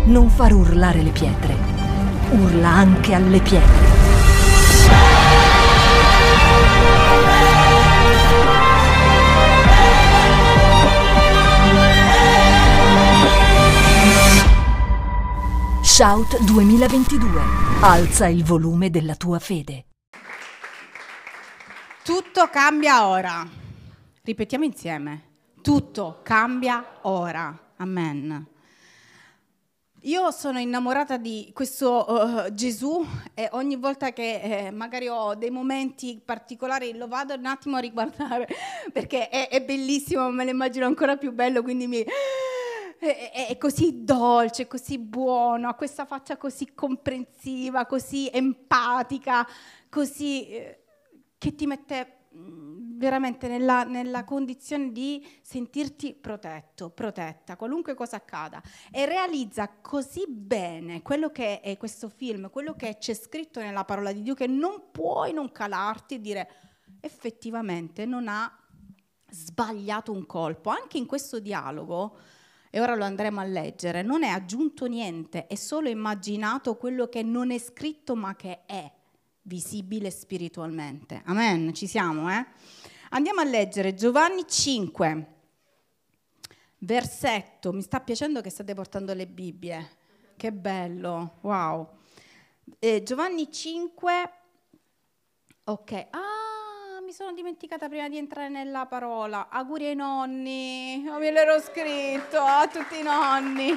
non far urlare le pietre. Urla anche alle pietre. Shout 2022. Alza il volume della tua fede. Tutto cambia ora. Ripetiamo insieme. Tutto cambia ora. Amen. Io sono innamorata di questo Gesù e ogni volta che magari ho dei momenti particolari lo vado un attimo a riguardare perché è bellissimo, me lo immagino ancora più bello, quindi è così dolce, così buono, ha questa faccia così comprensiva, così empatica, così che ti mette veramente nella condizione di sentirti protetto, protetta, qualunque cosa accada, e realizza così bene quello che è questo film, quello che c'è scritto nella parola di Dio, che non puoi non calarti e dire effettivamente non ha sbagliato un colpo. Anche in questo dialogo, e ora lo andremo a leggere, non è aggiunto niente, è solo immaginato quello che non è scritto ma che è visibile spiritualmente. Amen, ci siamo, eh? Andiamo a leggere Giovanni 5, versetto, mi sta piacendo che state portando le Bibbie, che bello, wow. Giovanni 5, ok, mi sono dimenticata prima di entrare nella parola, auguri ai nonni, me l'ero scritto, a tutti i nonni,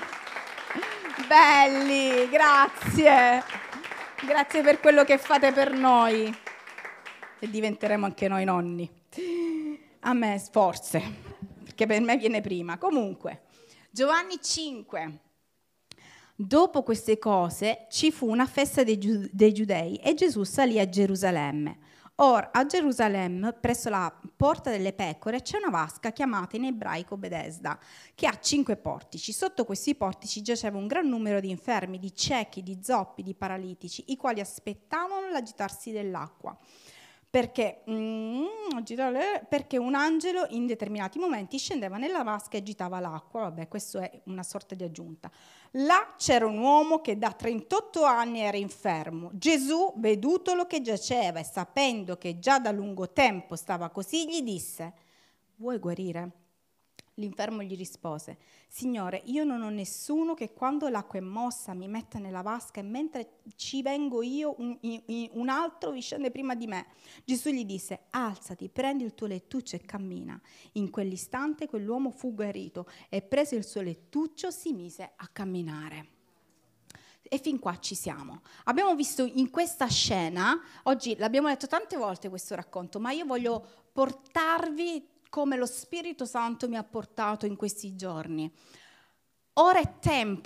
belli, grazie. Grazie per quello che fate per noi e diventeremo anche noi nonni. A me forse, perché per me viene prima. Comunque, Giovanni 5. Dopo queste cose ci fu una festa dei Giudei e Gesù salì a Gerusalemme. Ora, a Gerusalemme, presso la porta delle pecore, c'è una vasca chiamata in ebraico Bedesda, che ha 5 portici. Sotto questi portici giaceva un gran numero di infermi, di ciechi, di zoppi, di paralitici, i quali aspettavano l'agitarsi dell'acqua. Perché un angelo in determinati momenti scendeva nella vasca e agitava l'acqua. Vabbè, questo è una sorta di aggiunta. Là c'era un uomo che da 38 anni era infermo. Gesù, vedutolo che giaceva e sapendo che già da lungo tempo stava così, gli disse: vuoi guarire? L'infermo gli rispose: Signore, io non ho nessuno che quando l'acqua è mossa mi metta nella vasca e mentre ci vengo io un altro vi scende prima di me. Gesù gli disse: alzati, prendi il tuo lettuccio e cammina. In quell'istante quell'uomo fu guarito e preso il suo lettuccio si mise a camminare. E fin qua ci siamo. Abbiamo visto in questa scena, oggi l'abbiamo letto tante volte questo racconto, ma io voglio portarvi come lo Spirito Santo mi ha portato in questi giorni. Ora è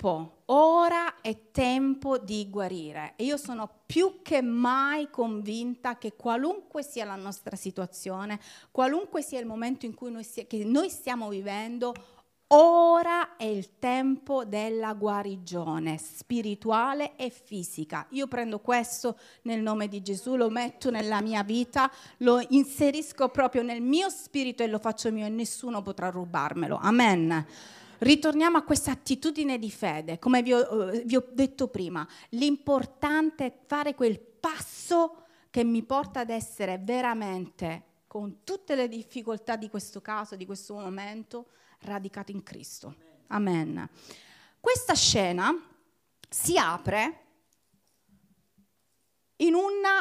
tempo di guarire. E io sono più che mai convinta che qualunque sia la nostra situazione, qualunque sia il momento in cui noi stiamo vivendo, ora è il tempo della guarigione spirituale e fisica. Io prendo questo nel nome di Gesù, lo metto nella mia vita, lo inserisco proprio nel mio spirito e lo faccio mio e nessuno potrà rubarmelo. Amen. Ritorniamo a questa attitudine di fede. Come vi ho detto prima, l'importante è fare quel passo che mi porta ad essere veramente, con tutte le difficoltà di questo caso, di questo momento, radicato in Cristo. Amen. Questa scena si apre in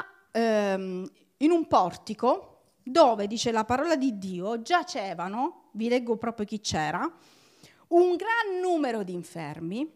un portico dove, dice la parola di Dio, giacevano, vi leggo proprio chi c'era, un gran numero di infermi,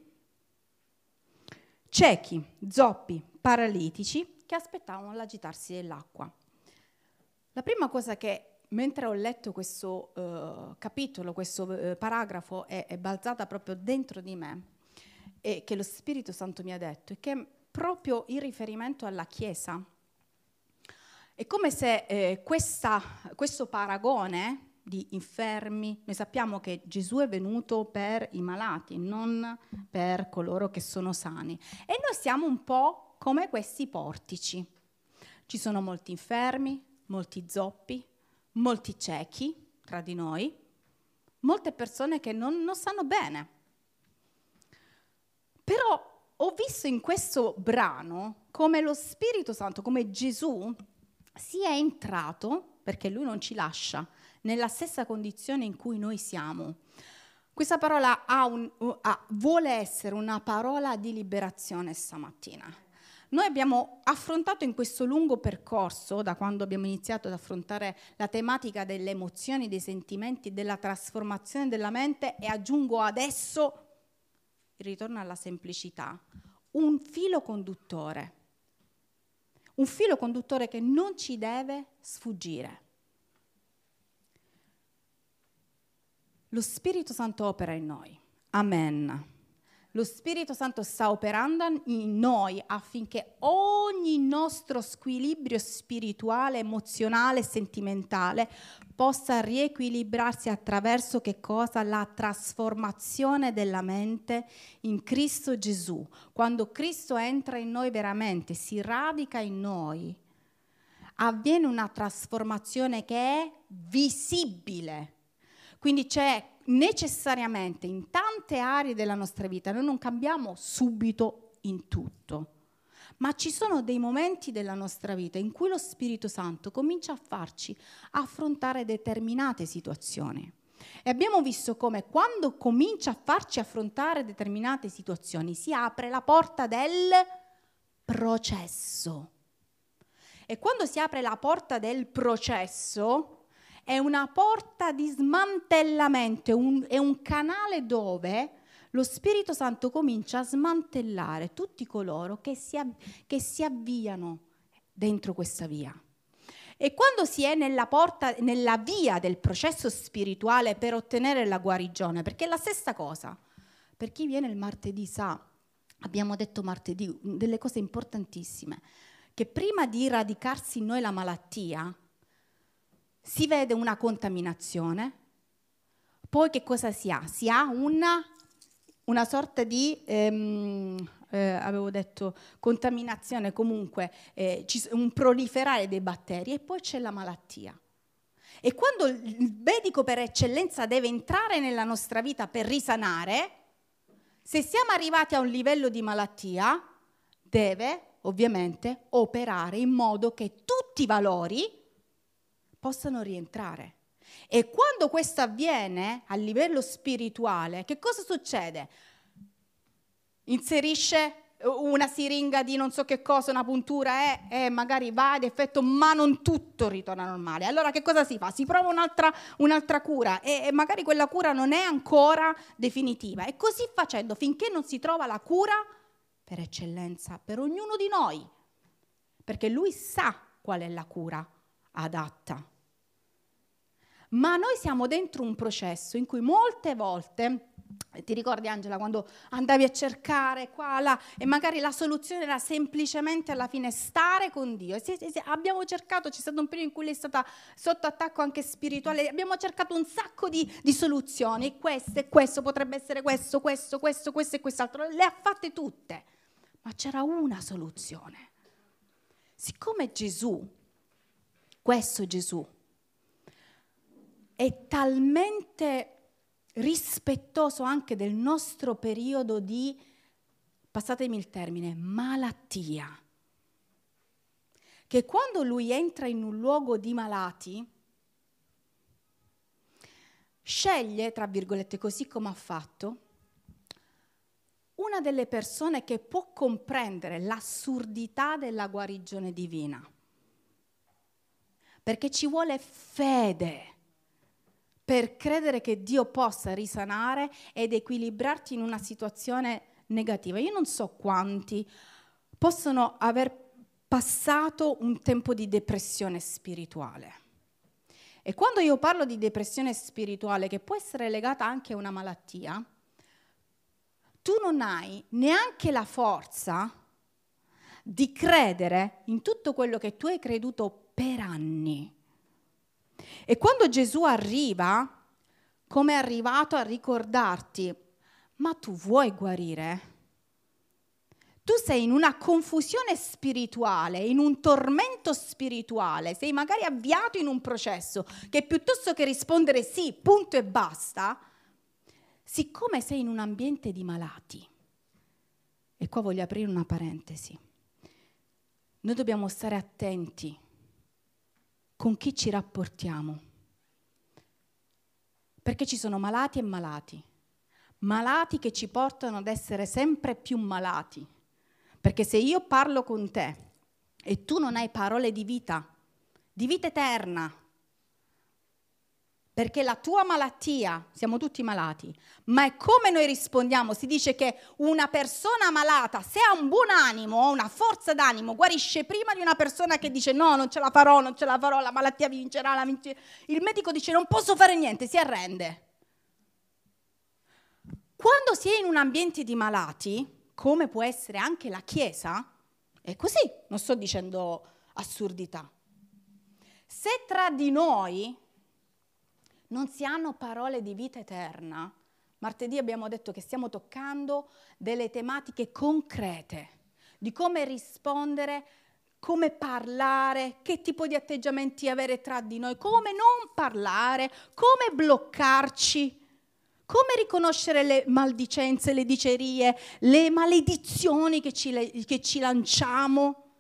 ciechi, zoppi, paralitici che aspettavano l'agitarsi dell'acqua. La prima cosa che mentre ho letto questo capitolo, questo paragrafo, è balzata proprio dentro di me e che lo Spirito Santo mi ha detto, è che proprio in riferimento alla Chiesa è come se questo paragone di infermi, noi sappiamo che Gesù è venuto per i malati, non per coloro che sono sani, e noi siamo un po' come questi portici. Ci sono molti infermi, molti zoppi, molti ciechi tra di noi, molte persone che non stanno bene. Però ho visto in questo brano come lo Spirito Santo, come Gesù sia entrato, perché lui non ci lascia, nella stessa condizione in cui noi siamo. Questa parola vuole essere una parola di liberazione stamattina. Noi abbiamo affrontato in questo lungo percorso, da quando abbiamo iniziato ad affrontare la tematica delle emozioni, dei sentimenti, della trasformazione della mente, e aggiungo adesso il ritorno alla semplicità, un filo conduttore che non ci deve sfuggire. Lo Spirito Santo opera in noi. Amen. Lo Spirito Santo sta operando in noi affinché ogni nostro squilibrio spirituale, emozionale e sentimentale possa riequilibrarsi attraverso che cosa? La trasformazione della mente in Cristo Gesù. Quando Cristo entra in noi veramente, si radica in noi, avviene una trasformazione che è visibile. Quindi c'è necessariamente in tante aree della nostra vita, noi non cambiamo subito in tutto, ma ci sono dei momenti della nostra vita in cui lo Spirito Santo comincia a farci affrontare determinate situazioni. E abbiamo visto come quando comincia a farci affrontare determinate situazioni si apre la porta del processo. E quando si apre la porta del processo, è una porta di smantellamento, è un canale dove lo Spirito Santo comincia a smantellare tutti coloro che si avviano dentro questa via. E quando si è nella via del processo spirituale per ottenere la guarigione, perché è la stessa cosa, per chi viene il martedì sa, abbiamo detto martedì delle cose importantissime, che prima di radicarsi in noi la malattia, si vede una contaminazione, poi che cosa si ha? Si ha una sorta di, avevo detto, contaminazione, comunque un proliferare dei batteri, e poi c'è la malattia. E quando il medico per eccellenza deve entrare nella nostra vita per risanare, se siamo arrivati a un livello di malattia, deve ovviamente operare in modo che tutti i valori possano rientrare. E quando questo avviene a livello spirituale, che cosa succede? Inserisce una siringa di non so che cosa, una puntura, magari va ad effetto, ma non tutto ritorna normale. Allora che cosa si fa? Si prova un'altra cura e magari quella cura non è ancora definitiva. E così facendo, finché non si trova la cura per eccellenza per ognuno di noi, perché lui sa qual è la cura adatta. Ma noi siamo dentro un processo in cui molte volte, ti ricordi Angela, quando andavi a cercare qua, là, e magari la soluzione era semplicemente alla fine stare con Dio. Abbiamo cercato, c'è stato un periodo in cui lei è stata sotto attacco anche spirituale, abbiamo cercato un sacco di soluzioni, questo potrebbe essere questo e quest'altro, le ha fatte tutte, ma c'era una soluzione. Siccome Gesù, questo Gesù, è talmente rispettoso anche del nostro periodo di, passatemi il termine, malattia, che quando lui entra in un luogo di malati, sceglie, tra virgolette, così come ha fatto, una delle persone che può comprendere l'assurdità della guarigione divina, perché ci vuole fede per credere che Dio possa risanare ed equilibrarti in una situazione negativa. Io non so quanti possono aver passato un tempo di depressione spirituale. E quando io parlo di depressione spirituale, che può essere legata anche a una malattia, tu non hai neanche la forza di credere in tutto quello che tu hai creduto per anni. E quando Gesù arriva, come è arrivato a ricordarti, ma tu vuoi guarire? Tu sei in una confusione spirituale, in un tormento spirituale, sei magari avviato in un processo che piuttosto che rispondere sì, punto e basta, siccome sei in un ambiente di malati E qua voglio aprire una parentesi. Noi dobbiamo stare attenti con chi ci rapportiamo, perché ci sono malati e malati, malati che ci portano ad essere sempre più malati, perché se io parlo con te e tu non hai parole di vita eterna, perché la tua malattia, siamo tutti malati, ma è come noi rispondiamo. Si dice che una persona malata, se ha un buon animo, una forza d'animo, guarisce prima di una persona che dice no, non ce la farò, la malattia vincerà, il medico dice non posso fare niente, si arrende. Quando si è in un ambiente di malati, come può essere anche la Chiesa, è così, non sto dicendo assurdità. Se tra di noi non si hanno parole di vita eterna, martedì abbiamo detto che stiamo toccando delle tematiche concrete, di come rispondere, come parlare, che tipo di atteggiamenti avere tra di noi, come non parlare, come bloccarci, come riconoscere le maldicenze, le dicerie, le maledizioni che ci lanciamo.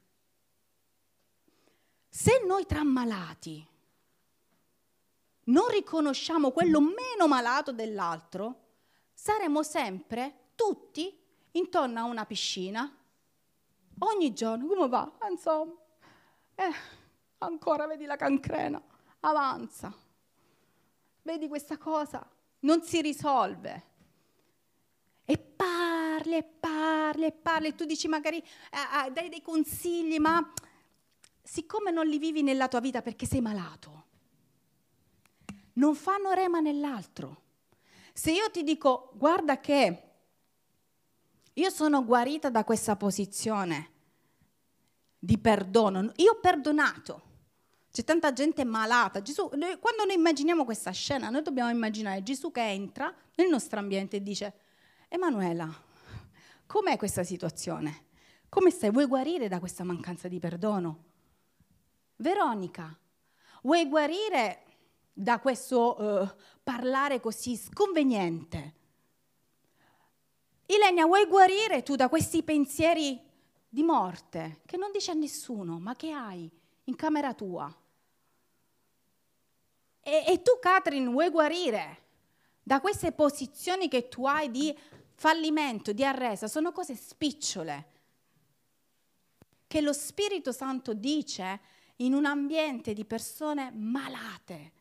Se noi tra malati non riconosciamo quello meno malato dell'altro, saremo sempre tutti intorno a una piscina, ogni giorno, come va? Insomma, ancora vedi la cancrena, avanza, vedi questa cosa, non si risolve. E parli, e tu dici magari, dai dei consigli, ma siccome non li vivi nella tua vita perché sei malato, non fanno rema nell'altro. Se io ti dico, guarda che io sono guarita da questa posizione di perdono, io ho perdonato, c'è tanta gente malata. Gesù, quando noi immaginiamo questa scena, noi dobbiamo immaginare Gesù che entra nel nostro ambiente e dice, Emanuela, com'è questa situazione? Come stai? Vuoi guarire da questa mancanza di perdono? Veronica, vuoi guarire da questo parlare così sconveniente? Ilenia, vuoi guarire tu da questi pensieri di morte che non dici a nessuno, ma che hai in camera tua? E tu, Catherine, vuoi guarire da queste posizioni che tu hai di fallimento, di arresa? Sono cose spicciole che lo Spirito Santo dice in un ambiente di persone malate.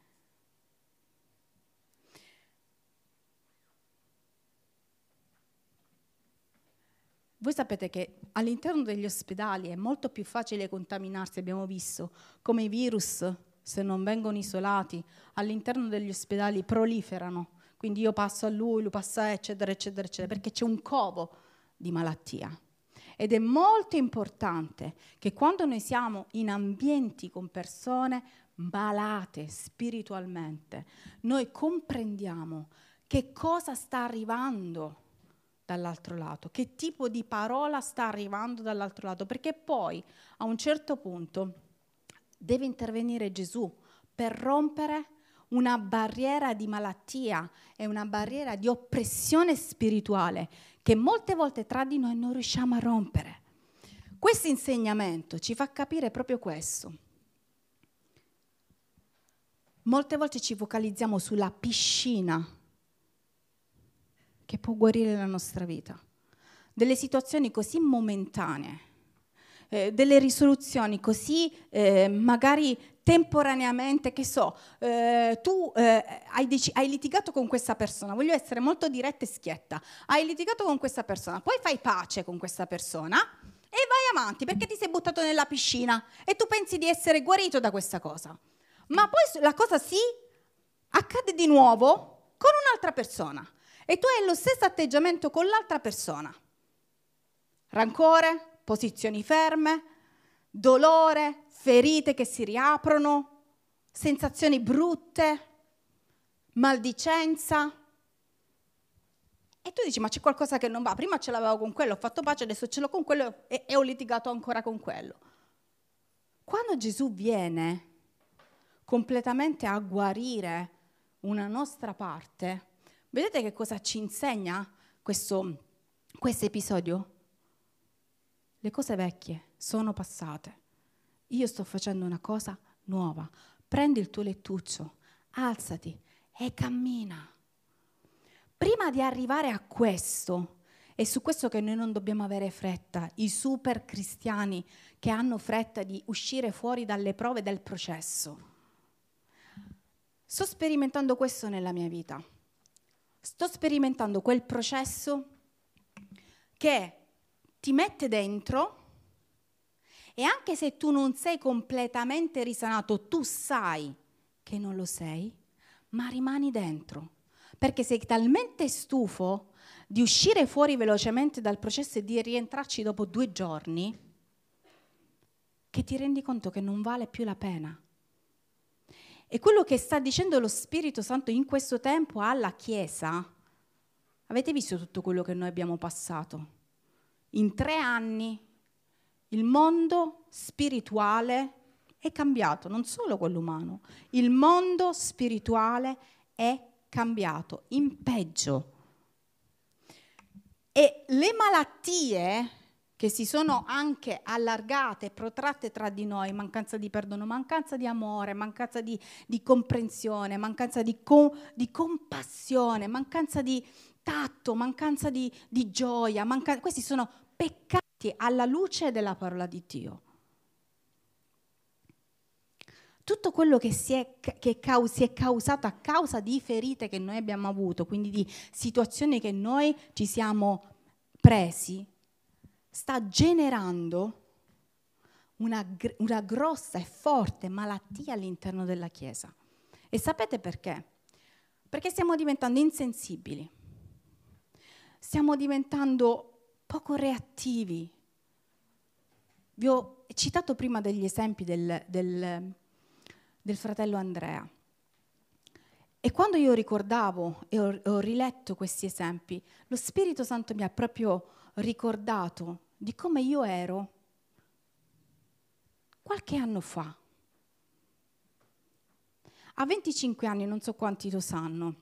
Voi sapete che all'interno degli ospedali è molto più facile contaminarsi, abbiamo visto come i virus, se non vengono isolati, all'interno degli ospedali proliferano. Quindi io passo a lui passa eccetera, eccetera, eccetera, perché c'è un covo di malattia. Ed è molto importante che quando noi siamo in ambienti con persone malate spiritualmente, noi comprendiamo che cosa sta arrivando dall'altro lato, che tipo di parola sta arrivando dall'altro lato, perché poi a un certo punto deve intervenire Gesù per rompere una barriera di malattia e una barriera di oppressione spirituale che molte volte tra di noi non riusciamo a rompere. Questo insegnamento ci fa capire proprio questo. Molte volte ci focalizziamo sulla piscina che può guarire la nostra vita, delle situazioni così momentanee, delle risoluzioni così magari temporaneamente, che so, tu hai litigato con questa persona, voglio essere molto diretta e schietta, hai litigato con questa persona, poi fai pace con questa persona e vai avanti perché ti sei buttato nella piscina e tu pensi di essere guarito da questa cosa, ma poi la cosa accade di nuovo con un'altra persona. E tu hai lo stesso atteggiamento con l'altra persona. Rancore, posizioni ferme, dolore, ferite che si riaprono, sensazioni brutte, maldicenza. E tu dici, ma c'è qualcosa che non va. Prima ce l'avevo con quello, ho fatto pace, adesso ce l'ho con quello e ho litigato ancora con quello. Quando Gesù viene completamente a guarire una nostra parte, vedete che cosa ci insegna questo questo episodio, le cose vecchie sono passate. Io sto facendo una cosa nuova. Prendi il tuo lettuccio, alzati e cammina. Prima di arrivare a questo, è su questo che noi non dobbiamo avere fretta, i super cristiani che hanno fretta di uscire fuori dalle prove del processo. Sto sperimentando questo nella mia vita. Sto sperimentando quel processo che ti mette dentro e anche se tu non sei completamente risanato, tu sai che non lo sei, ma rimani dentro. Perché sei talmente stufo di uscire fuori velocemente dal processo e di rientrarci dopo 2 giorni che ti rendi conto che non vale più la pena. E quello che sta dicendo lo Spirito Santo in questo tempo alla Chiesa, avete visto tutto quello che noi abbiamo passato? In 3 anni il mondo spirituale è cambiato, non solo quello umano, il mondo spirituale è cambiato in peggio. E le malattie che si sono anche allargate e protratte tra di noi, mancanza di perdono, mancanza di amore, mancanza di comprensione, mancanza di compassione, mancanza di tatto, mancanza di gioia, questi sono peccati alla luce della parola di Dio. Tutto quello che si è causato a causa di ferite che noi abbiamo avuto, quindi di situazioni che noi ci siamo presi, sta generando una grossa e forte malattia all'interno della Chiesa. E sapete perché? Perché stiamo diventando insensibili, stiamo diventando poco reattivi. Vi ho citato prima degli esempi del fratello Andrea. E quando io ricordavo e ho riletto questi esempi, lo Spirito Santo mi ha proprio ricordato di come io ero qualche anno fa. A 25 anni, non so quanti lo sanno,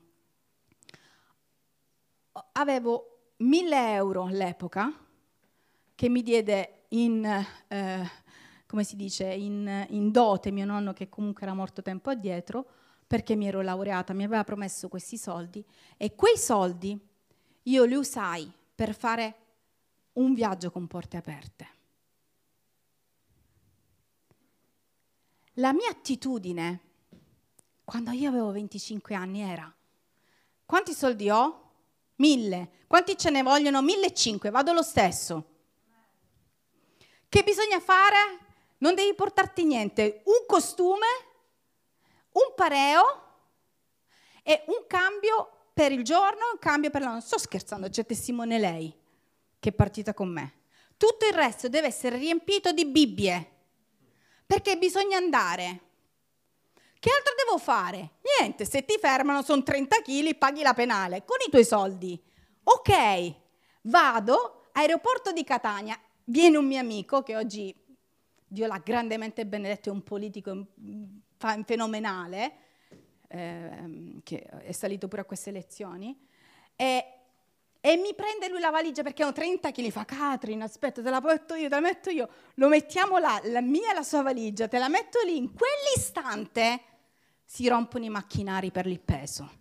avevo 1.000 euro all'epoca che mi diede come si dice, in dote mio nonno, che comunque era morto tempo addietro, perché mi ero laureata, mi aveva promesso questi soldi, e quei soldi io li usai per fare un viaggio con porte aperte. La mia attitudine, quando io avevo 25 anni, era: quanti soldi ho? 1.000. Quanti ce ne vogliono? 1.500, vado lo stesso. Che bisogna fare? Non devi portarti niente, un costume, un pareo e un cambio per il giorno, un cambio per l'anno. Non sto scherzando, c'è testimone lei che è partita con me. Tutto il resto deve essere riempito di Bibbie, perché bisogna andare. Che altro devo fare? Niente, se ti fermano sono 30 kg, paghi la penale con i tuoi soldi. Ok, vado, aeroporto di Catania, viene un mio amico che oggi, Dio l'ha grandemente benedetto, è un politico fenomenale, che è salito pure a queste elezioni, e mi prende lui la valigia perché ho 30 kg, fa: Catherine, aspetta, te la metto io, lo mettiamo là, la mia e la sua valigia, te la metto lì. In quell'istante si rompono i macchinari per il peso.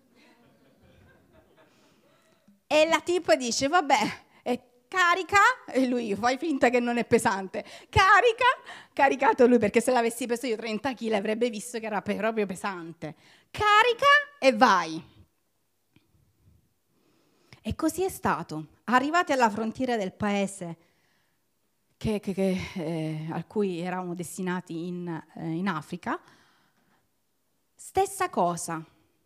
E la tipa dice: vabbè, carica, e lui fai finta che non è pesante, caricato lui, perché se l'avessi preso io 30 kg avrebbe visto che era proprio pesante, carica e vai. E così è stato. Arrivati alla frontiera del paese a cui eravamo destinati in Africa, stessa cosa,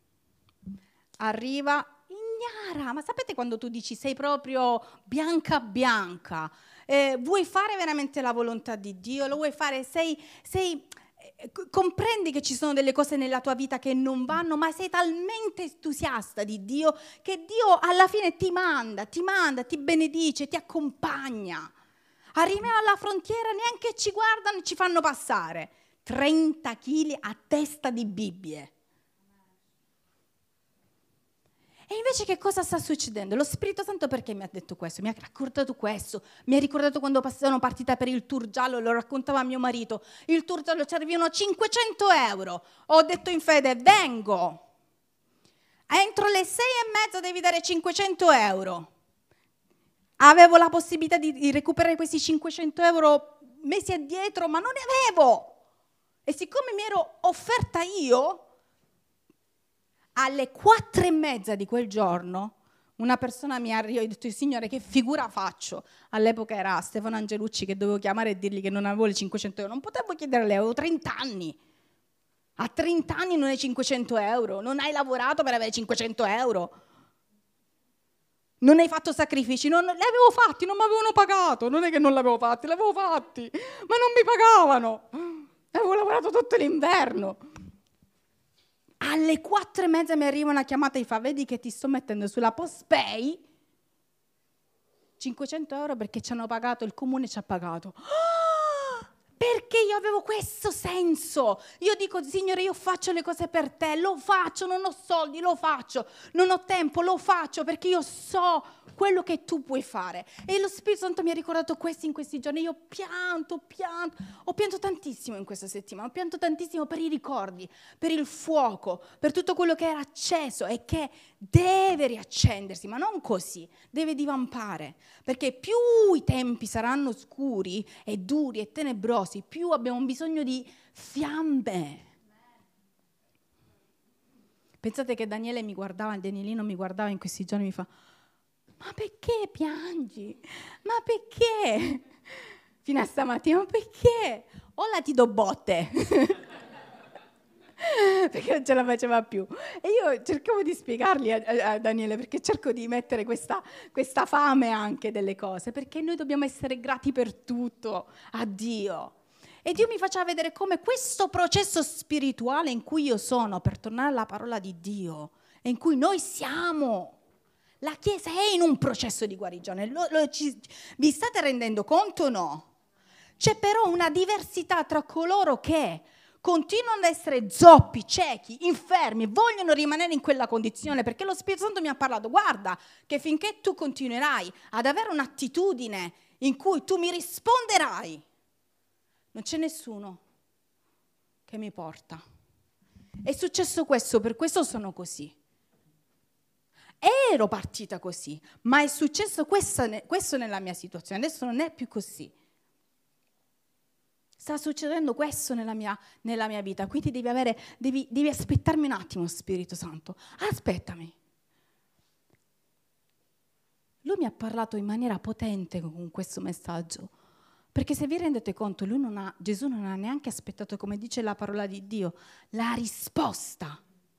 arriva ignara, ma sapete quando tu dici sei proprio bianca, vuoi fare veramente la volontà di Dio, lo vuoi fare, comprendi che ci sono delle cose nella tua vita che non vanno, ma sei talmente entusiasta di Dio che Dio alla fine ti manda, ti benedice, ti accompagna. Arriviamo alla frontiera, neanche ci guardano e ci fanno passare. 30 kg a testa di Bibbie. E invece che cosa sta succedendo? Lo Spirito Santo perché mi ha detto questo? Mi ha raccontato questo. Mi ha ricordato quando sono partita per il tour giallo, lo raccontava a mio marito. Il tour giallo ci arrivano 500 euro. Ho detto in fede, vengo. Entro le 6:30 devi dare 500 euro. Avevo la possibilità di recuperare questi 500 euro mesi addietro, ma non ne avevo. E siccome mi ero offerta io, alle 4:30 di quel giorno, una persona mi ha detto, Signore, che figura faccio? All'epoca era Stefano Angelucci che dovevo chiamare e dirgli che non avevo le 500 euro. Non potevo chiedere a lei, avevo 30 anni. A 30 anni non hai 500 euro, non hai lavorato per avere 500 euro. Non hai fatto sacrifici, li avevo fatti, non mi avevano pagato. Non è che non li avevo fatti, ma non mi pagavano. Avevo lavorato tutto l'inverno. Alle 4:30 mi arriva una chiamata e fa, vedi che ti sto mettendo sulla Postpay 500 euro perché ci hanno pagato, il comune ci ha pagato. Perché io avevo questo senso. Io dico, Signore, io faccio le cose per te, lo faccio, non ho soldi, lo faccio, non ho tempo, lo faccio perché io so quello che tu puoi fare. E lo Spirito Santo mi ha ricordato questo in questi giorni. Io ho pianto tantissimo in questa settimana, ho pianto tantissimo per i ricordi, per il fuoco, per tutto quello che era acceso e che deve riaccendersi, ma non così, deve divampare, perché più i tempi saranno scuri e duri e tenebrosi, più abbiamo bisogno di fiamme. Pensate che Danielino mi guardava in questi giorni e mi fa, ma perché piangi? Ma perché? Fino a stamattina, ma perché? Ora ti do botte. Perché non ce la faceva più. E io cercavo di spiegargli a Daniele, perché cerco di mettere questa fame anche delle cose, perché noi dobbiamo essere grati per tutto a Dio. E Dio mi faceva vedere come questo processo spirituale in cui io sono, per tornare alla parola di Dio, e in cui noi siamo. La Chiesa è in un processo di guarigione. Vi state rendendo conto o no? C'è però una diversità tra coloro che continuano ad essere zoppi, ciechi, infermi, vogliono rimanere in quella condizione, perché lo Spirito Santo mi ha parlato, guarda che finché tu continuerai ad avere un'attitudine in cui tu mi risponderai, non c'è nessuno che mi porta. È successo questo, per questo sono così. Ero partita così, ma è successo questo nella mia situazione, adesso non è più così. Sta succedendo questo nella mia vita, quindi devi aspettarmi un attimo, Spirito Santo, aspettami. Lui mi ha parlato in maniera potente con questo messaggio, perché se vi rendete conto, Gesù non ha neanche aspettato, come dice la parola di Dio, la risposta,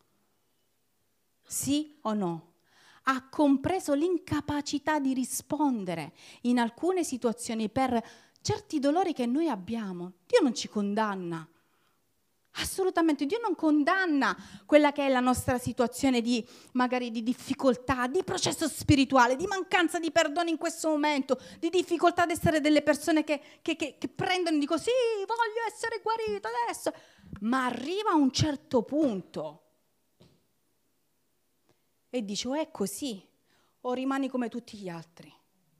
sì o no. Ha compreso l'incapacità di rispondere in alcune situazioni per certi dolori che noi abbiamo. Dio non ci condanna, assolutamente. Dio non condanna quella che è la nostra situazione di magari di difficoltà, di processo spirituale, di mancanza di perdono in questo momento, di difficoltà ad essere delle persone che prendono e dicono sì, voglio essere guarito adesso, ma arriva a un certo punto e dici o è così o rimani come tutti gli altri.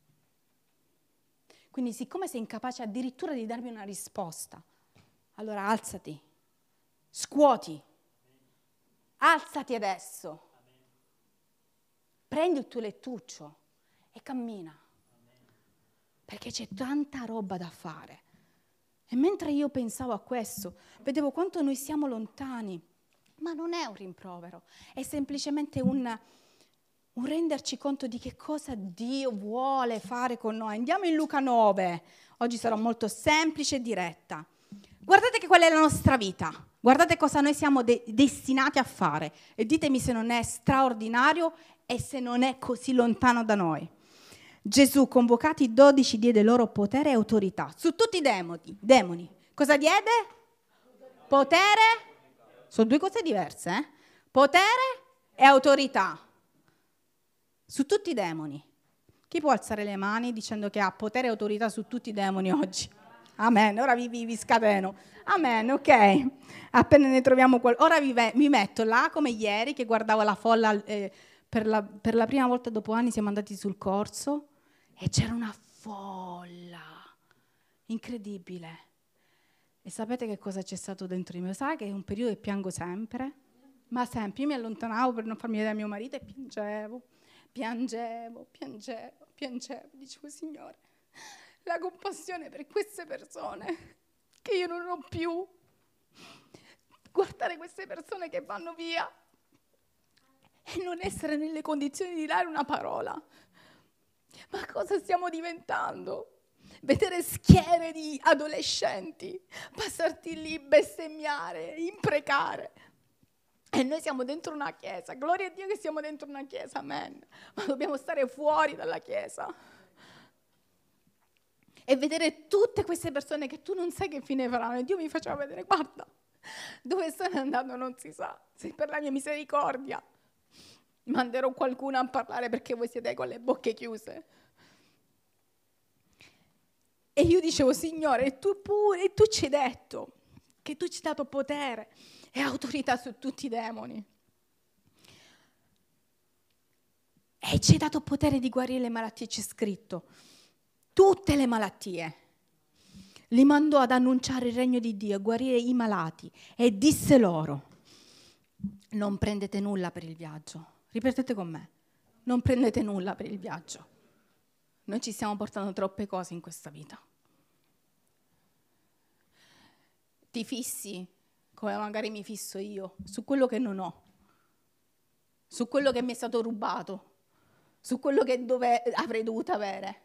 Quindi siccome sei incapace addirittura di darmi una risposta, allora alzati, scuoti, alzati adesso, prendi il tuo lettuccio e cammina, perché c'è tanta roba da fare. E mentre io pensavo a questo, vedevo quanto noi siamo lontani, ma non è un rimprovero, è semplicemente un renderci conto di che cosa Dio vuole fare con noi. Andiamo in Luca 9, oggi sarò molto semplice e diretta. Guardate che qual è la nostra vita, guardate cosa noi siamo destinati a fare e ditemi se non è straordinario e se non è così lontano da noi. Gesù, convocati i 12, diede loro potere e autorità su tutti i demoni. Cosa diede? Potere. Sono due cose diverse, eh? Potere e autorità su tutti i demoni. Chi può alzare le mani dicendo che ha potere e autorità su tutti i demoni oggi? Amen, ora vi scateno. Amen, ok. Appena ne troviamo ora vi metto là come ieri che guardavo la folla per la prima volta dopo anni siamo andati sul corso e c'era una folla incredibile. E sapete che cosa c'è stato dentro di me? Sai che è un periodo che piango sempre? Ma sempre, io mi allontanavo per non farmi vedere a mio marito e piangevo. Dicevo, Signore, la compassione per queste persone che io non ho più. Guardare queste persone che vanno via e non essere nelle condizioni di dare una parola. Ma cosa stiamo diventando? Vedere schiere di adolescenti passarti lì, bestemmiare, imprecare. E noi siamo dentro una chiesa. Gloria a Dio che siamo dentro una chiesa, amen. Ma dobbiamo stare fuori dalla chiesa. E vedere tutte queste persone che tu non sai che fine faranno. E Dio mi faceva vedere, guarda, dove stanno andando non si sa. Se per la mia misericordia manderò qualcuno a parlare perché voi siete con le bocche chiuse. E io dicevo, Signore, tu ci hai detto che tu ci hai dato potere e autorità su tutti i demoni. E ci hai dato potere di guarire le malattie, c'è scritto. Tutte le malattie. Li mandò ad annunciare il regno di Dio, a guarire i malati. E disse loro, non prendete nulla per il viaggio. Ripetete con me, non prendete nulla per il viaggio. Noi ci stiamo portando troppe cose in questa vita. Ti fissi, come magari mi fisso io, su quello che non ho, su quello che mi è stato rubato, su quello che avrei dovuto avere.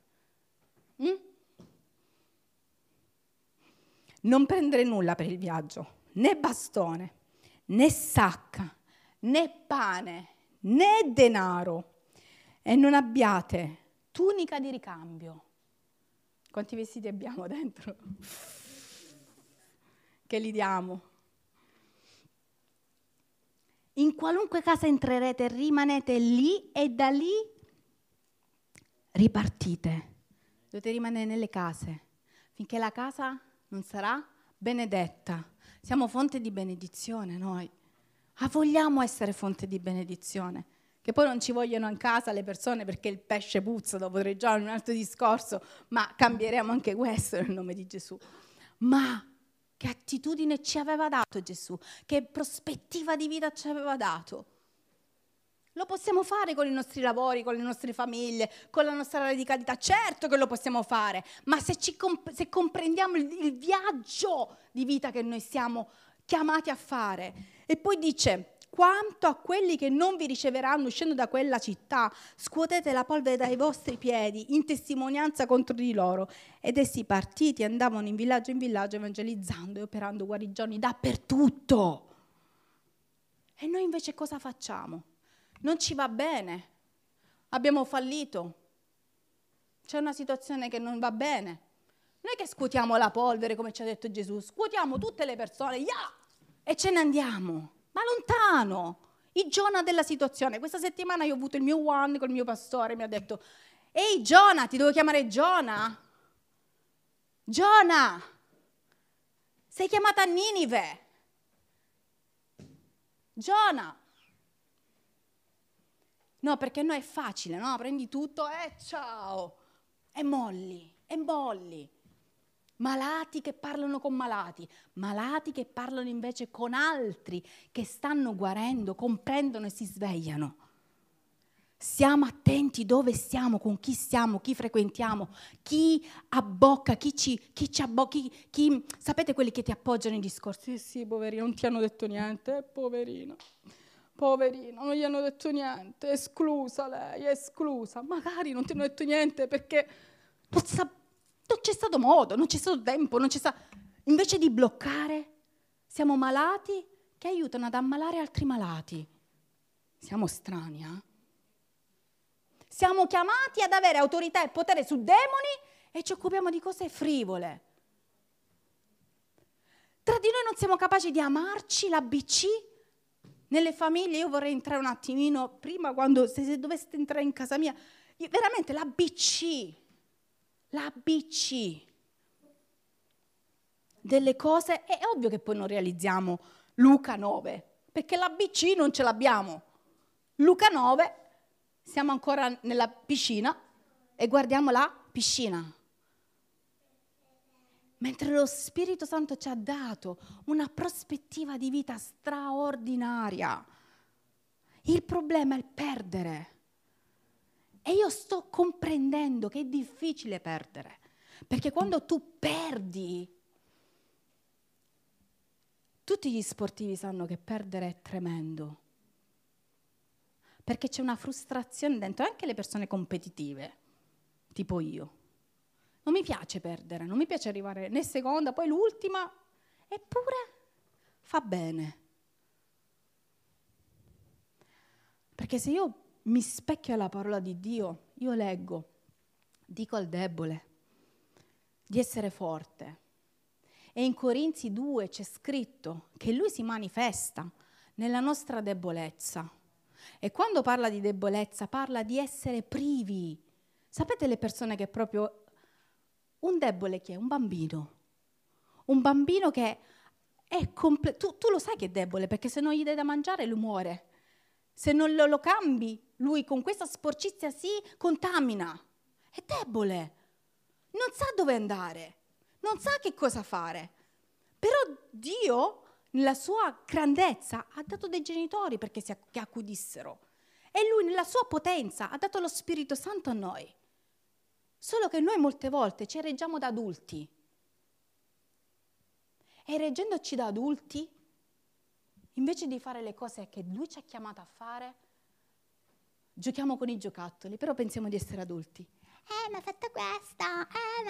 Non prendere nulla per il viaggio, né bastone, né sacca, né pane, né denaro, e non abbiate tunica di ricambio. Quanti vestiti abbiamo dentro? Che li diamo. In qualunque casa entrerete, rimanete lì e da lì ripartite. Dovete rimanere nelle case, finché la casa non sarà benedetta. Siamo fonte di benedizione noi. Vogliamo essere fonte di benedizione. Che poi non ci vogliono in casa le persone perché il pesce puzza, dopo 3 giorni, un altro discorso, ma cambieremo anche questo nel nome di Gesù. Ma che attitudine ci aveva dato Gesù? Che prospettiva di vita ci aveva dato? Lo possiamo fare con i nostri lavori, con le nostre famiglie, con la nostra radicalità. Certo che lo possiamo fare, ma se comprendiamo il viaggio di vita che noi siamo chiamati a fare. E poi dice, quanto a quelli che non vi riceveranno uscendo da quella città, scuotete la polvere dai vostri piedi in testimonianza contro di loro. Ed essi partiti andavano in villaggio evangelizzando e operando guarigioni dappertutto. E noi invece cosa facciamo? Non ci va bene, abbiamo fallito, c'è una situazione che non va bene. Non è che scuotiamo la polvere come ci ha detto Gesù, scuotiamo tutte le persone, e ce ne andiamo. Ma lontano, i Giona della situazione. Questa settimana io ho avuto il mio one col mio pastore, mi ha detto, ehi Giona, ti devo chiamare Giona? Giona, sei chiamata a Ninive. Giona. No, perché no è facile, no? Prendi tutto e ciao. E molli. Malati che parlano con malati che parlano invece con altri che stanno guarendo, comprendono e si svegliano. Stiamo attenti dove stiamo, con chi stiamo, chi frequentiamo, chi abbocca, chi ci abbocca, sapete quelli che ti appoggiano i discorsi? Sì, poverino, non ti hanno detto niente, poverino, non gli hanno detto niente, è esclusa lei, è esclusa. Magari non ti hanno detto niente perché non c'è stato modo, non c'è stato tempo, invece di bloccare, siamo malati che aiutano ad ammalare altri malati. Siamo strani, Siamo chiamati ad avere autorità e potere su demoni e ci occupiamo di cose frivole. Tra di noi non siamo capaci di amarci, l'ABC. Nelle famiglie io vorrei entrare un attimino, prima quando, se doveste entrare in casa mia, veramente l'ABC delle cose, è ovvio che poi non realizziamo Luca 9, perché l'ABC non ce l'abbiamo. Luca 9, siamo ancora nella piscina e guardiamo la piscina. Mentre lo Spirito Santo ci ha dato una prospettiva di vita straordinaria. Il problema è il perdere. E io sto comprendendo che è difficile perdere. Perché quando tu perdi, tutti gli sportivi sanno che perdere è tremendo. Perché c'è una frustrazione dentro, anche le persone competitive, tipo io. Non mi piace perdere, non mi piace arrivare né seconda, poi l'ultima, eppure fa bene. Perché se io mi specchio alla parola di Dio, io leggo, dico al debole di essere forte. E in Corinzi 2 c'è scritto che Lui si manifesta nella nostra debolezza. E quando parla di debolezza, parla di essere privi. Sapete le persone che proprio... Un debole chi è? Un bambino. Un bambino che è tu lo sai che è debole, perché se non gli dai da mangiare lui muore. Se non lo cambi, lui con questa sporcizia si contamina. È debole. Non sa dove andare. Non sa che cosa fare. Però Dio, nella sua grandezza, ha dato dei genitori perché che accudissero. E Lui, nella sua potenza, ha dato lo Spirito Santo a noi. Solo che noi molte volte ci reggiamo da adulti. E reggendoci da adulti, invece di fare le cose che Lui ci ha chiamato a fare, giochiamo con i giocattoli, però pensiamo di essere adulti. Mi ha fatto questa,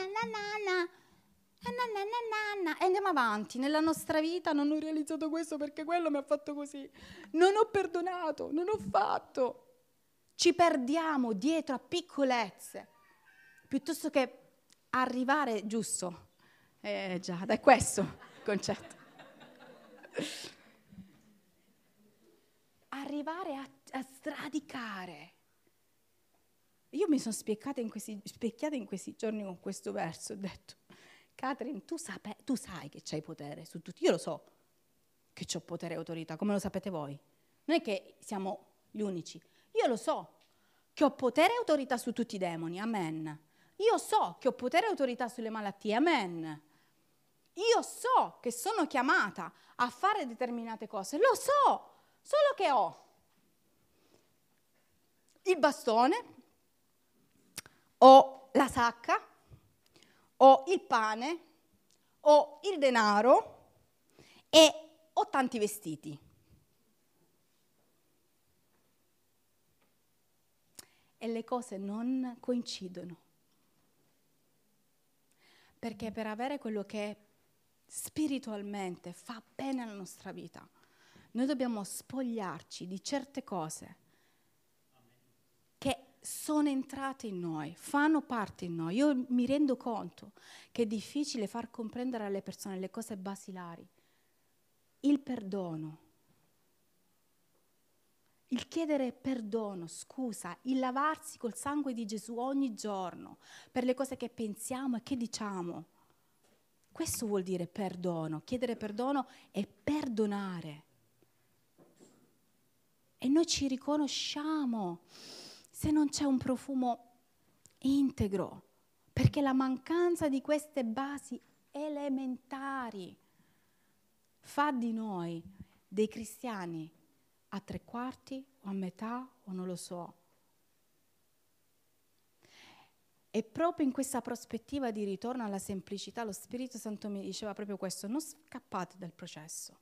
e andiamo avanti. Nella nostra vita non ho realizzato questo perché quello mi ha fatto così. Non ho perdonato, non ho fatto. Ci perdiamo dietro a piccolezze. Piuttosto che arrivare giusto. Già, è questo il concetto. Arrivare a sradicare. Io mi sono specchiata in questi giorni con questo verso. Ho detto, Catherine, tu sai che c'hai potere su tutti. Io lo so che ho potere e autorità, come lo sapete voi. Non è che siamo gli unici. Io lo so che ho potere e autorità su tutti i demoni. Amen. Io so che ho potere e autorità sulle malattie, amen. Io so che sono chiamata a fare determinate cose, lo so, solo che ho il bastone, ho la sacca, ho il pane, ho il denaro e ho tanti vestiti. E le cose non coincidono. Perché per avere quello che spiritualmente fa bene alla nostra vita, noi dobbiamo spogliarci di certe cose che sono entrate in noi, fanno parte in noi. Io mi rendo conto che è difficile far comprendere alle persone le cose basilari. Il perdono, il chiedere perdono, scusa, il lavarsi col sangue di Gesù ogni giorno per le cose che pensiamo e che diciamo. Questo vuol dire perdono, chiedere perdono e perdonare. E noi ci riconosciamo se non c'è un profumo integro, perché la mancanza di queste basi elementari fa di noi dei cristiani a 3/4 o a metà o non lo so. E proprio in questa prospettiva di ritorno alla semplicità, lo Spirito Santo mi diceva proprio questo: non scappate dal processo.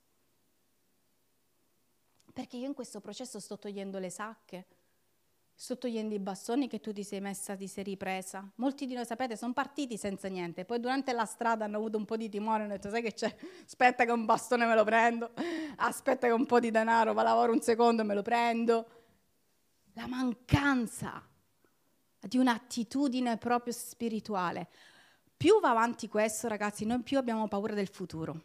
Perché io in questo processo sto togliendo le sacche, sto togliendo i bastoni che tu ti sei messa, ti sei ripresa. Molti di noi, sapete, sono partiti senza niente, poi durante la strada hanno avuto un po' di timore, hanno detto, sai che c'è? Aspetta che un bastone me lo prendo, aspetta che un po' di denaro, va lavoro un secondo e me lo prendo. La mancanza di un'attitudine proprio spirituale. Più va avanti questo, ragazzi, noi più abbiamo paura del futuro.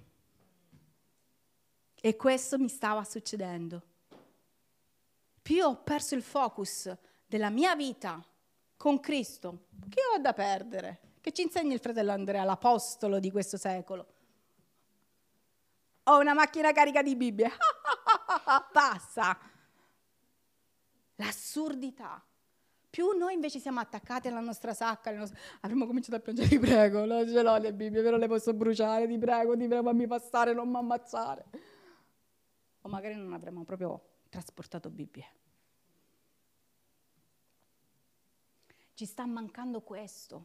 E questo mi stava succedendo. Più ho perso il focus della mia vita con Cristo, che ho da perdere? Che ci insegna il fratello Andrea, l'apostolo di questo secolo? Ho una macchina carica di Bibbie, passa. L'assurdità. Più noi invece siamo attaccati alla nostra sacca, avremmo cominciato a piangere, ti prego, non ce l'ho le Bibbie, però le posso bruciare, ti prego, fammi passare, non mi ammazzare. O magari non avremmo proprio trasportato Bibbie. Ci sta mancando questo.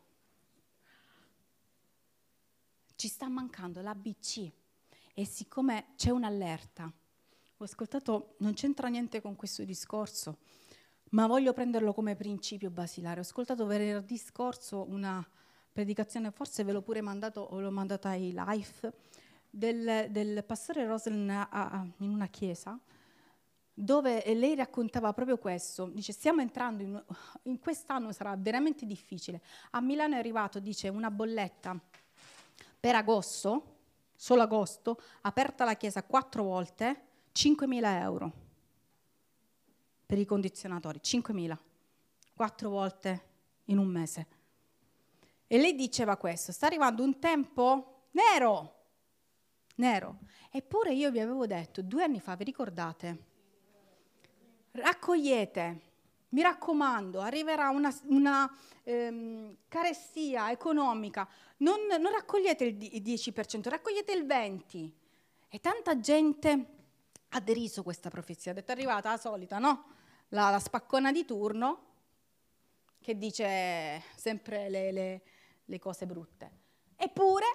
Ci sta mancando l'ABC. E siccome c'è un'allerta, ho ascoltato, non c'entra niente con questo discorso, ma voglio prenderlo come principio basilare. Ho ascoltato venerdì scorso una predicazione, forse ve l'ho pure mandato o l'ho mandata ai live, del pastore Roslin in una chiesa, dove lei raccontava proprio questo. Dice, stiamo entrando in quest'anno sarà veramente difficile. A Milano è arrivato, dice, una bolletta per agosto, solo agosto, aperta la chiesa 4 volte, 5.000 euro per i condizionatori, 5.000, 4 volte in un mese. E lei diceva questo, sta arrivando un tempo nero. Eppure io vi avevo detto 2 anni fa, vi ricordate? Raccogliete, mi raccomando, arriverà una carestia economica, non raccogliete il 10%, raccogliete il 20%. E tanta gente ha deriso questa profezia, ha detto è arrivata la solita, no? La spaccona di turno che dice sempre le cose brutte. Eppure,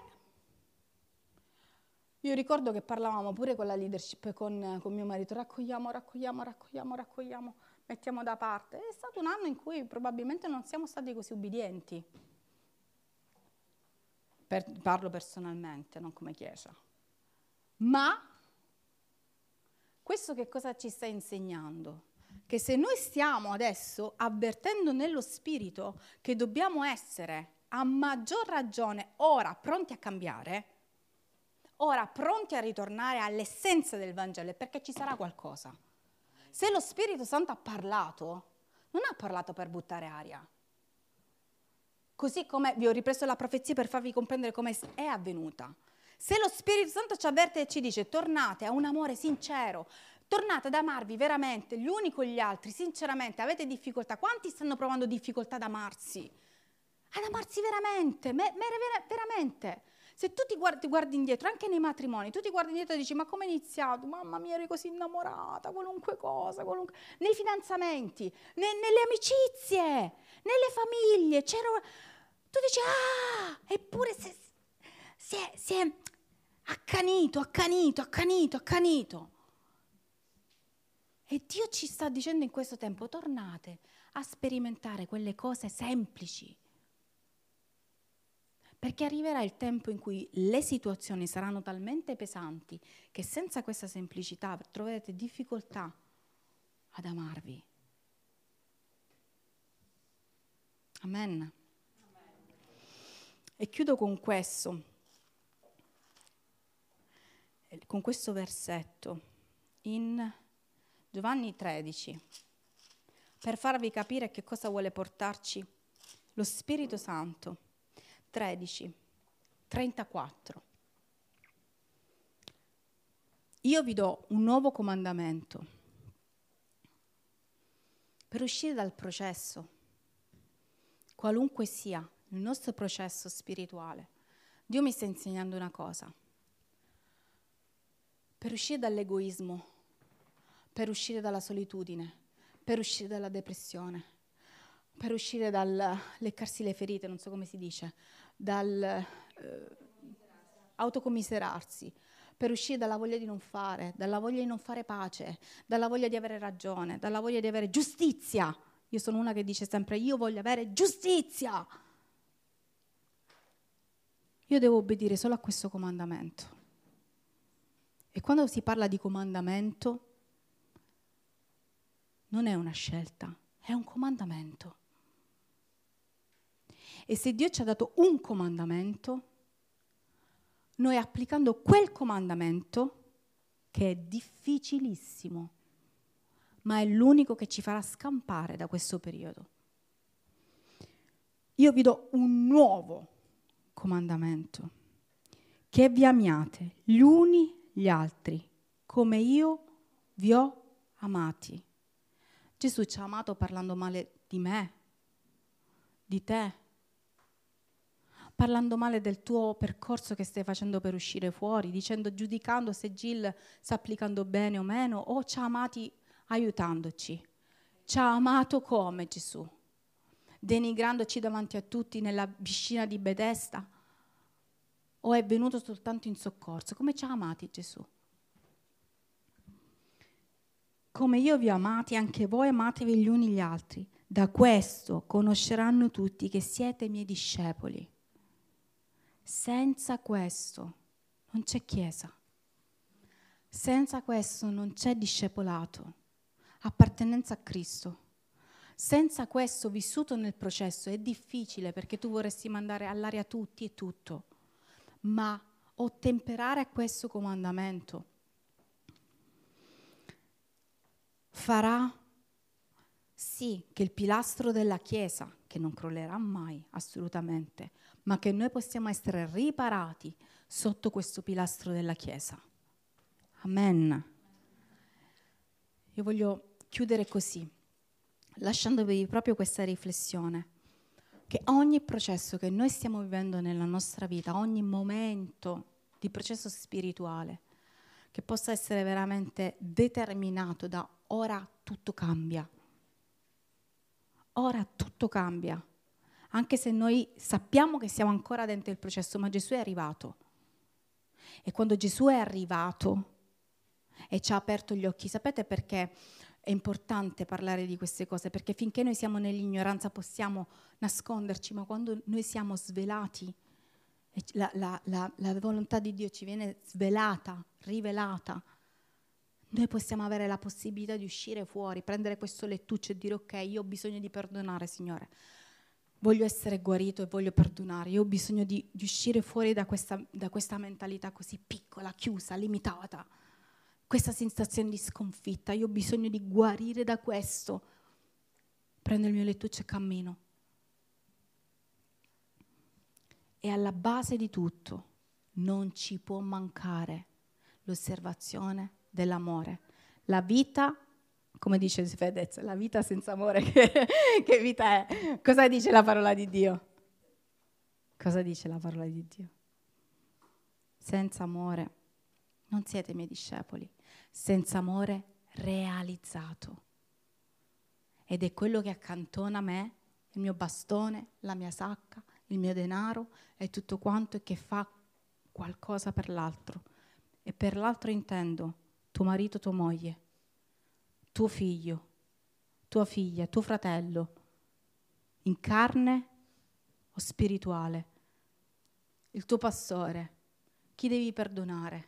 io ricordo che parlavamo pure con la leadership, con mio marito, raccogliamo, mettiamo da parte. È stato un anno in cui probabilmente non siamo stati così ubbidienti. Parlo personalmente, non come chiesa. Ma questo che cosa ci sta insegnando? Che se noi stiamo adesso avvertendo nello spirito che dobbiamo essere a maggior ragione ora pronti a cambiare, ora pronti a ritornare all'essenza del Vangelo, è perché ci sarà qualcosa. Se lo Spirito Santo ha parlato, non ha parlato per buttare aria. Così come vi ho ripreso la profezia per farvi comprendere come è avvenuta. Se lo Spirito Santo ci avverte e ci dice tornate a un amore sincero, tornate ad amarvi veramente gli uni con gli altri, sinceramente, avete difficoltà. Quanti stanno provando difficoltà ad amarsi? Ad amarsi veramente, veramente. Se tu ti guardi indietro, anche nei matrimoni, tu ti guardi indietro e dici ma come è iniziato? Mamma mia, eri così innamorata, qualunque cosa, nei fidanzamenti, nelle amicizie, nelle famiglie, tu dici eppure si è accanito. E Dio ci sta dicendo in questo tempo, tornate a sperimentare quelle cose semplici. Perché arriverà il tempo in cui le situazioni saranno talmente pesanti che senza questa semplicità troverete difficoltà ad amarvi. Amen. E chiudo con questo versetto in Giovanni 13, per farvi capire che cosa vuole portarci lo Spirito Santo. 13, 34. Io vi do un nuovo comandamento per uscire dal processo, qualunque sia il nostro processo spirituale. Dio mi sta insegnando una cosa: per uscire dall'egoismo, per uscire dalla solitudine, per uscire dalla depressione, per uscire dal leccarsi le ferite, non so come si dice, dal autocommiserarsi, per uscire dalla voglia di non fare, dalla voglia di non fare pace, dalla voglia di avere ragione, dalla voglia di avere giustizia. Io sono una che dice sempre io voglio avere giustizia. Io devo obbedire solo a questo comandamento. E quando si parla di comandamento non è una scelta, è un comandamento. E se Dio ci ha dato un comandamento, noi applicando quel comandamento, che è difficilissimo, ma è l'unico che ci farà scampare da questo periodo. Io vi do un nuovo comandamento, che vi amiate gli uni gli altri, come io vi ho amati. Gesù ci ha amato parlando male di me, di te, parlando male del tuo percorso che stai facendo per uscire fuori, giudicando se Jill sta applicando bene o meno, o ci ha amati aiutandoci. Ci ha amato come Gesù? Denigrandoci davanti a tutti nella piscina di Betesda? O è venuto soltanto in soccorso? Come ci ha amati Gesù? Come io vi ho amati, anche voi amatevi gli uni gli altri. Da questo conosceranno tutti che siete miei discepoli. Senza questo non c'è chiesa. Senza questo non c'è discepolato, appartenenza a Cristo. Senza questo vissuto nel processo è difficile, perché tu vorresti mandare all'aria tutti e tutto, ma ottemperare a questo comandamento farà sì che il pilastro della Chiesa, che non crollerà mai assolutamente, ma che noi possiamo essere riparati sotto questo pilastro della Chiesa. Amen. Io voglio chiudere così, lasciandovi proprio questa riflessione, che ogni processo che noi stiamo vivendo nella nostra vita, ogni momento di processo spirituale, che possa essere veramente determinato da ora tutto cambia. Ora tutto cambia, anche se noi sappiamo che siamo ancora dentro il processo, ma Gesù è arrivato. E quando Gesù è arrivato e ci ha aperto gli occhi, sapete perché è importante parlare di queste cose? Perché finché noi siamo nell'ignoranza possiamo nasconderci, ma quando noi siamo svelati, e la volontà di Dio ci viene svelata, rivelata, noi possiamo avere la possibilità di uscire fuori, prendere questo lettuccio e dire: ok, io ho bisogno di perdonare, Signore. Voglio essere guarito e voglio perdonare. Io ho bisogno di uscire fuori da questa mentalità così piccola, chiusa, limitata. Questa sensazione di sconfitta. Io ho bisogno di guarire da questo. Prendo il mio lettuccio e cammino. E alla base di tutto non ci può mancare l'osservazione dell'amore. La vita, come dice Fedez, la vita senza amore, che vita è? Cosa dice la parola di Dio? Cosa dice la parola di Dio? Senza amore non siete miei discepoli. Senza amore realizzato. Ed è quello che accantona me, il mio bastone, la mia sacca, il mio denaro e tutto quanto, e che fa qualcosa per l'altro. E per l'altro intendo tuo marito, tua moglie, tuo figlio, tua figlia, tuo fratello, in carne o spirituale, il tuo pastore, chi devi perdonare.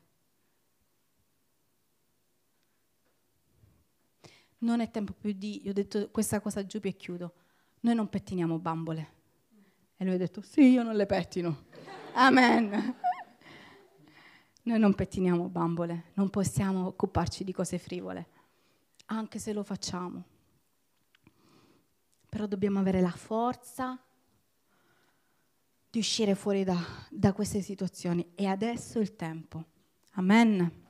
Non è tempo più io ho detto questa cosa giù e chiudo. Noi non pettiniamo bambole. E lui ha detto: sì, io non le pettino. Amen. Noi non pettiniamo bambole, non possiamo occuparci di cose frivole, anche se lo facciamo. Però dobbiamo avere la forza di uscire fuori da queste situazioni. E adesso è il tempo. Amen.